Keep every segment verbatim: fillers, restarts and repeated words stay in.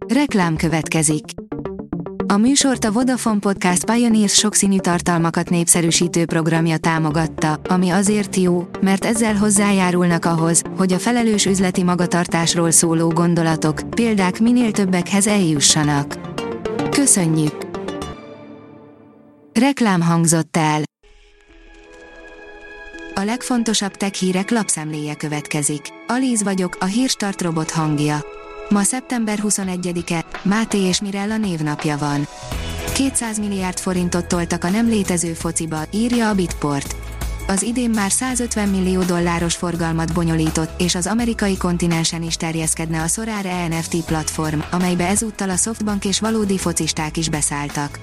Reklám következik. A műsort a Vodafone Podcast Pioneers sokszínű tartalmakat népszerűsítő programja támogatta, ami azért jó, mert ezzel hozzájárulnak ahhoz, hogy a felelős üzleti magatartásról szóló gondolatok, példák minél többekhez eljussanak. Köszönjük! Reklám hangzott el. A legfontosabb tech hírek lapszemléje következik. Alíz vagyok, a Hírstart robot hangja. Ma szeptember huszonegyedike, Máté és Mirella névnapja van. kétszáz milliárd forintot toltak a nem létező fociba, írja a Bitport. Az idén már százötven millió dolláros forgalmat bonyolított, és az amerikai kontinensen is terjeszkedne a Sorare en ef té platform, amelybe ezúttal a Softbank és valódi focisták is beszálltak.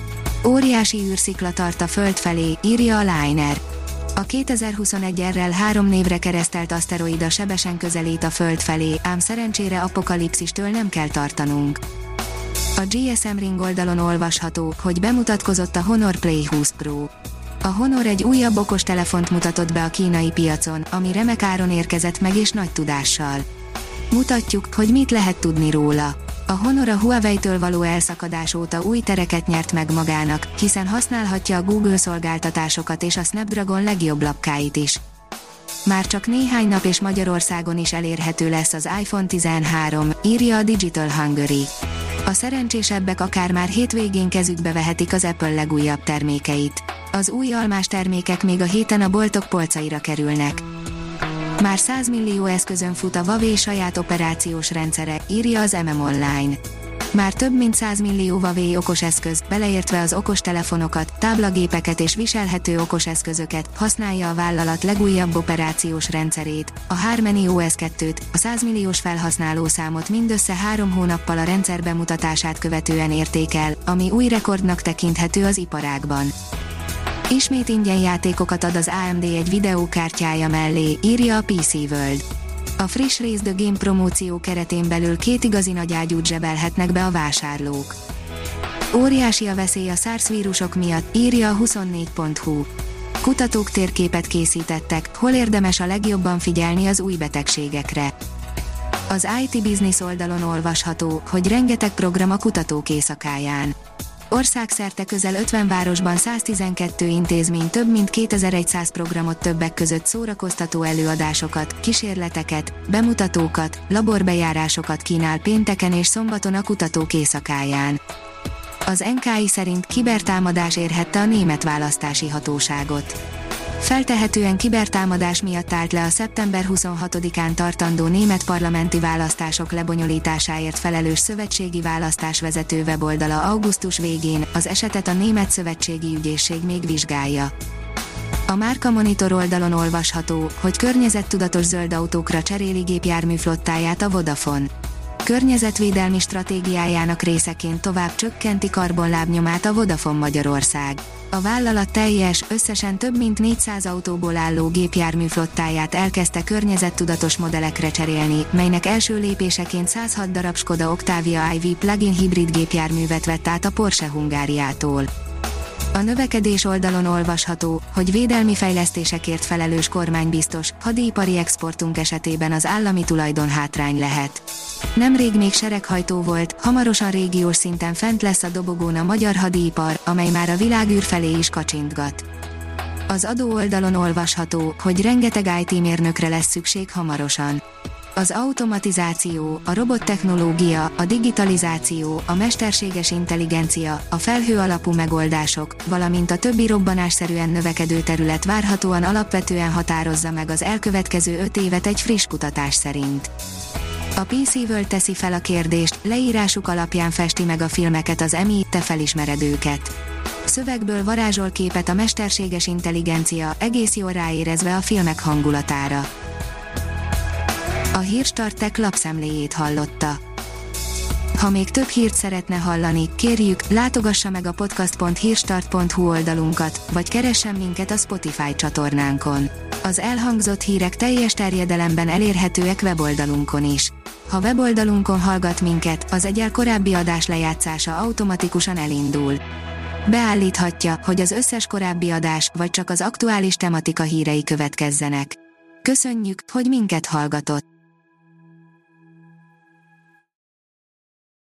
Óriási űrszikla tart a Föld felé, írja a Liner. A kétezer-huszonegy erre három névre keresztelt aszteroida sebesen közelít a Föld felé, ám szerencsére apokalipszistől nem kell tartanunk. A gé es em Ring oldalon olvasható, hogy bemutatkozott a Honor Play húsz Pro. A Honor egy újabb okostelefont mutatott be a kínai piacon, ami remek áron érkezett meg és nagy tudással. Mutatjuk, hogy mit lehet tudni róla. A Honor a Huawei-től való elszakadás óta új tereket nyert meg magának, hiszen használhatja a Google szolgáltatásokat és a Snapdragon legjobb lapkáit is. Már csak néhány nap és Magyarországon is elérhető lesz az iPhone tizenhárom, írja a Digital Hungary. A szerencsésebbek akár már hétvégén kezükbe vehetik az Apple legújabb termékeit. Az új almás termékek még a héten a boltok polcaira kerülnek. Már száz millió eszközön fut a Huawei saját operációs rendszere, írja az em em Online. Már több mint száz millió Huawei okoseszköz, beleértve az okostelefonokat, táblagépeket és viselhető okoseszközöket, használja a vállalat legújabb operációs rendszerét, a Harmony o es kettőt, a száz milliós felhasználószámot mindössze három hónappal a rendszer bemutatását követően érték el, ami új rekordnak tekinthető az iparágban. Ismét ingyen játékokat ad az á em dé egy videókártyája mellé, írja a pé cé World. A friss Raise the Game promóció keretén belül két igazi nagy ágyút zsebelhetnek be a vásárlók. Óriási a veszély a SARS vírusok miatt, írja a huszonnégy pont hu. Kutatók térképet készítettek, hol érdemes a legjobban figyelni az új betegségekre. Az i té Business oldalon olvasható, hogy rengeteg program a kutatók éjszakáján. Országszerte közel ötven városban száztizenkettő intézmény több mint kétezer-száz programot, többek között szórakoztató előadásokat, kísérleteket, bemutatókat, laborbejárásokat kínál pénteken és szombaton a kutatók éjszakáján. Az en ká i szerint kibertámadás érhette a német választási hatóságot. Feltehetően kibertámadás miatt állt le a szeptember huszonhatodikán tartandó német parlamenti választások lebonyolításáért felelős szövetségi választásvezető weboldala augusztus végén, az esetet a Német Szövetségi Ügyészség még vizsgálja. A Márka Monitor oldalon olvasható, hogy környezettudatos zöld autókra cseréli gépjárműflottáját a Vodafone. Környezetvédelmi stratégiájának részeként tovább csökkenti karbonlábnyomát a Vodafone Magyarország. A vállalat teljes, összesen több mint négyszáz autóból álló gépjárműflottáját elkezdte környezettudatos modellekre cserélni, melynek első lépéseként száz hat darab Skoda Octavia i vé plug-in hibrid gépjárművet vett át a Porsche Hungáriától. A növekedés oldalon olvasható, hogy védelmi fejlesztésekért felelős kormánybiztos, hadipari exportunk esetében az állami tulajdon hátrány lehet. Nemrég még sereghajtó volt, hamarosan régiós szinten fent lesz a dobogón a magyar hadipar, amely már a világűr felé is kacsintgat. Az adó oldalon olvasható, hogy rengeteg i té mérnökre lesz szükség hamarosan. Az automatizáció, a robottechnológia, a digitalizáció, a mesterséges intelligencia, a felhő alapú megoldások, valamint a többi robbanásszerűen növekedő terület várhatóan alapvetően határozza meg az elkövetkező öt évet egy friss kutatás szerint. A pé cé World teszi fel a kérdést, leírásuk alapján festi meg a filmeket az Emmy, te felismered őket. Szövegből varázsol képet a mesterséges intelligencia, egész jól ráérezve a filmek hangulatára. A Hírstart Tech lapszemléjét hallotta. Ha még több hírt szeretne hallani, kérjük, látogassa meg a podcast pont hírstart pont hu oldalunkat, vagy keressen minket a Spotify csatornánkon. Az elhangzott hírek teljes terjedelemben elérhetőek weboldalunkon is. Ha weboldalunkon hallgat minket, az egyel korábbi adás lejátszása automatikusan elindul. Beállíthatja, hogy az összes korábbi adás, vagy csak az aktuális tematika hírei következzenek. Köszönjük, hogy minket hallgatott!